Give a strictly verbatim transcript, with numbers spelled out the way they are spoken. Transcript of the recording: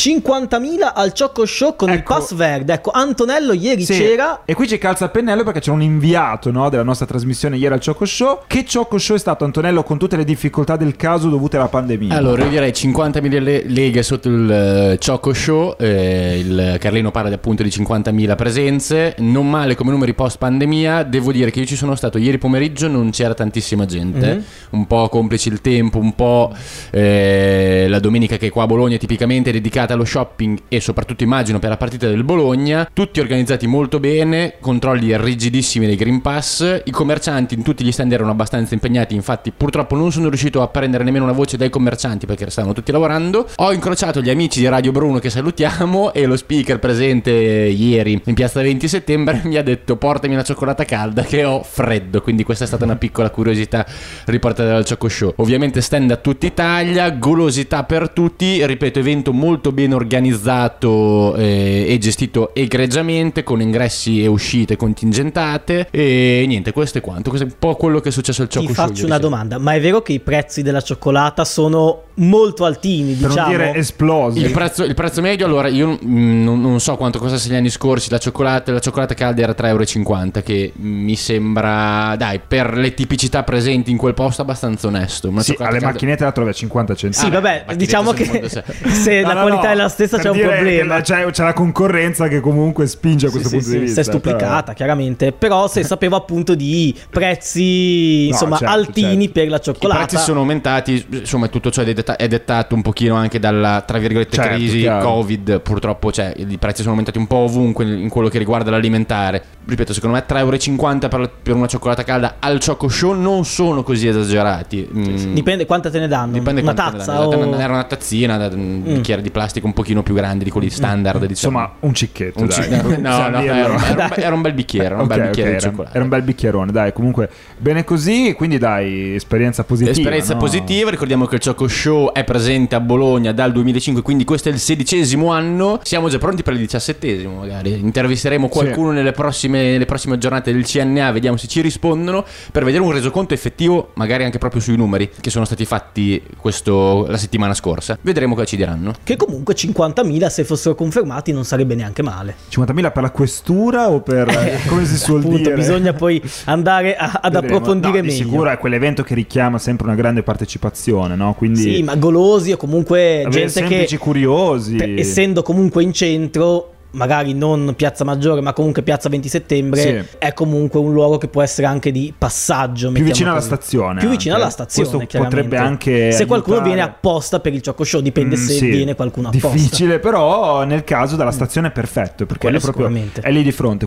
cinquantamila al Ciocco Show con ecco, il pass verde. Ecco, Antonello ieri sì, c'era. E qui ci calza a pennello perché c'è un inviato, no, della nostra trasmissione ieri al Ciocco Show. Che Ciocco Show è stato, Antonello, con tutte le difficoltà del caso dovute alla pandemia? Allora io direi cinquantamila le- leghe sotto il uh, Ciocco Show, eh, il Carlino parla di, appunto di cinquantamila presenze, non male come numeri post pandemia. Devo dire che io ci sono stato ieri pomeriggio, non c'era tantissima gente, mm-hmm. un po' complice il tempo, un po' eh, la domenica che qua a Bologna tipicamente è dedicata allo shopping e soprattutto immagino per la partita del Bologna, tutti organizzati molto bene, controlli rigidissimi dei Green Pass, i commercianti in tutti gli stand erano abbastanza impegnati, infatti purtroppo non sono riuscito a prendere nemmeno una voce dai commercianti perché stavano tutti lavorando. Ho incrociato gli amici di Radio Bruno che salutiamo e lo speaker presente ieri in piazza venti settembre mi ha detto portami una cioccolata calda che ho freddo, quindi questa è stata una piccola curiosità riportata dal Ciocco Show. Ovviamente stand a tutta Italia, golosità per tutti, ripeto, evento molto ben organizzato eh, e gestito egregiamente con ingressi e uscite contingentate e niente, questo è quanto, questo è un po' quello che è successo al Ciocco Ti Show. faccio una domanda, ma è vero che i prezzi della cioccolata sono molto altini, per diciamo? non dire esplosi? Il prezzo, il prezzo medio, allora io mm, non, non so quanto costasse gli anni scorsi la cioccolata, la cioccolata calda era tre e cinquanta euro, che mi sembra, dai, per le tipicità presenti in quel posto abbastanza onesto. Una sì, alle calda... macchinette la trovi a cinquanta centesimi. Sì, vabbè, Ah, diciamo che se no, la no, qualità no, è la stessa c'è un problema. C'è, c'è la concorrenza che comunque spinge a questo sì, punto sì, di sì, vista. si è stuplicata, però... chiaramente. Però se sapevo appunto di prezzi insomma no, certo, altini certo. per la cioccolata. I prezzi sono aumentati, insomma tutto ciò è, detta- è dettato un pochino anche dalla, tra virgolette, certo, crisi chiaro. Covid. Purtroppo cioè, i prezzi sono aumentati un po' ovunque in quello che riguarda l'alimentare. Ripeto, secondo me tre e cinquanta euro per, per una cioccolata calda al Ciocco Show non sono così esagerati. mm. Dipende quanta te ne danno. Dipende una quanto tazza te ne danno. o... Era una tazzina, un Mm. bicchiere di plastica un pochino più grande di quelli standard, Mm. diciamo. Insomma, un cicchetto, Un dai. cic- no, no, Possiamo no, dirlo. era, un- era un, era un bel bicchiere, era un Ok, bel bicchiere ok, di era, cioccolato. era un bel bicchierone, dai. Comunque bene così, quindi dai, esperienza positiva. Esperienza no? positiva. Ricordiamo che il Ciocco Show è presente a Bologna dal duemilacinque, quindi questo è il sedicesimo anno. Siamo già pronti per il diciassettesimo, magari intervisteremo qualcuno sì. nelle prossime nelle prossime giornate del C N A, vediamo se ci rispondono, per vedere un resoconto effettivo, magari anche proprio sui numeri che sono stati fatti questo la settimana scorsa. Vedremo cosa ci diranno. Che comunque cinquantamila, se fossero confermati, non sarebbe neanche male. cinquantamila per la questura o per eh, come si suol appunto, dire? Bisogna poi andare a, ad Vedremo. approfondire no, meglio. Di sicuro è quell'evento che richiama sempre una grande partecipazione, no? Quindi sì, ma golosi o comunque gente semplici che curiosi, per, essendo comunque in centro, magari non Piazza Maggiore ma comunque Piazza venti settembre, sì. è comunque un luogo che può essere anche di passaggio, più vicino alla così. stazione, più vicino anche. alla stazione. Questo potrebbe anche se qualcuno aiutare. viene apposta per il Ciocco Show, dipende mm, se sì. viene qualcuno apposta. Difficile, però nel caso della stazione è perfetto, perché Quello è proprio sicuramente. è lì di fronte.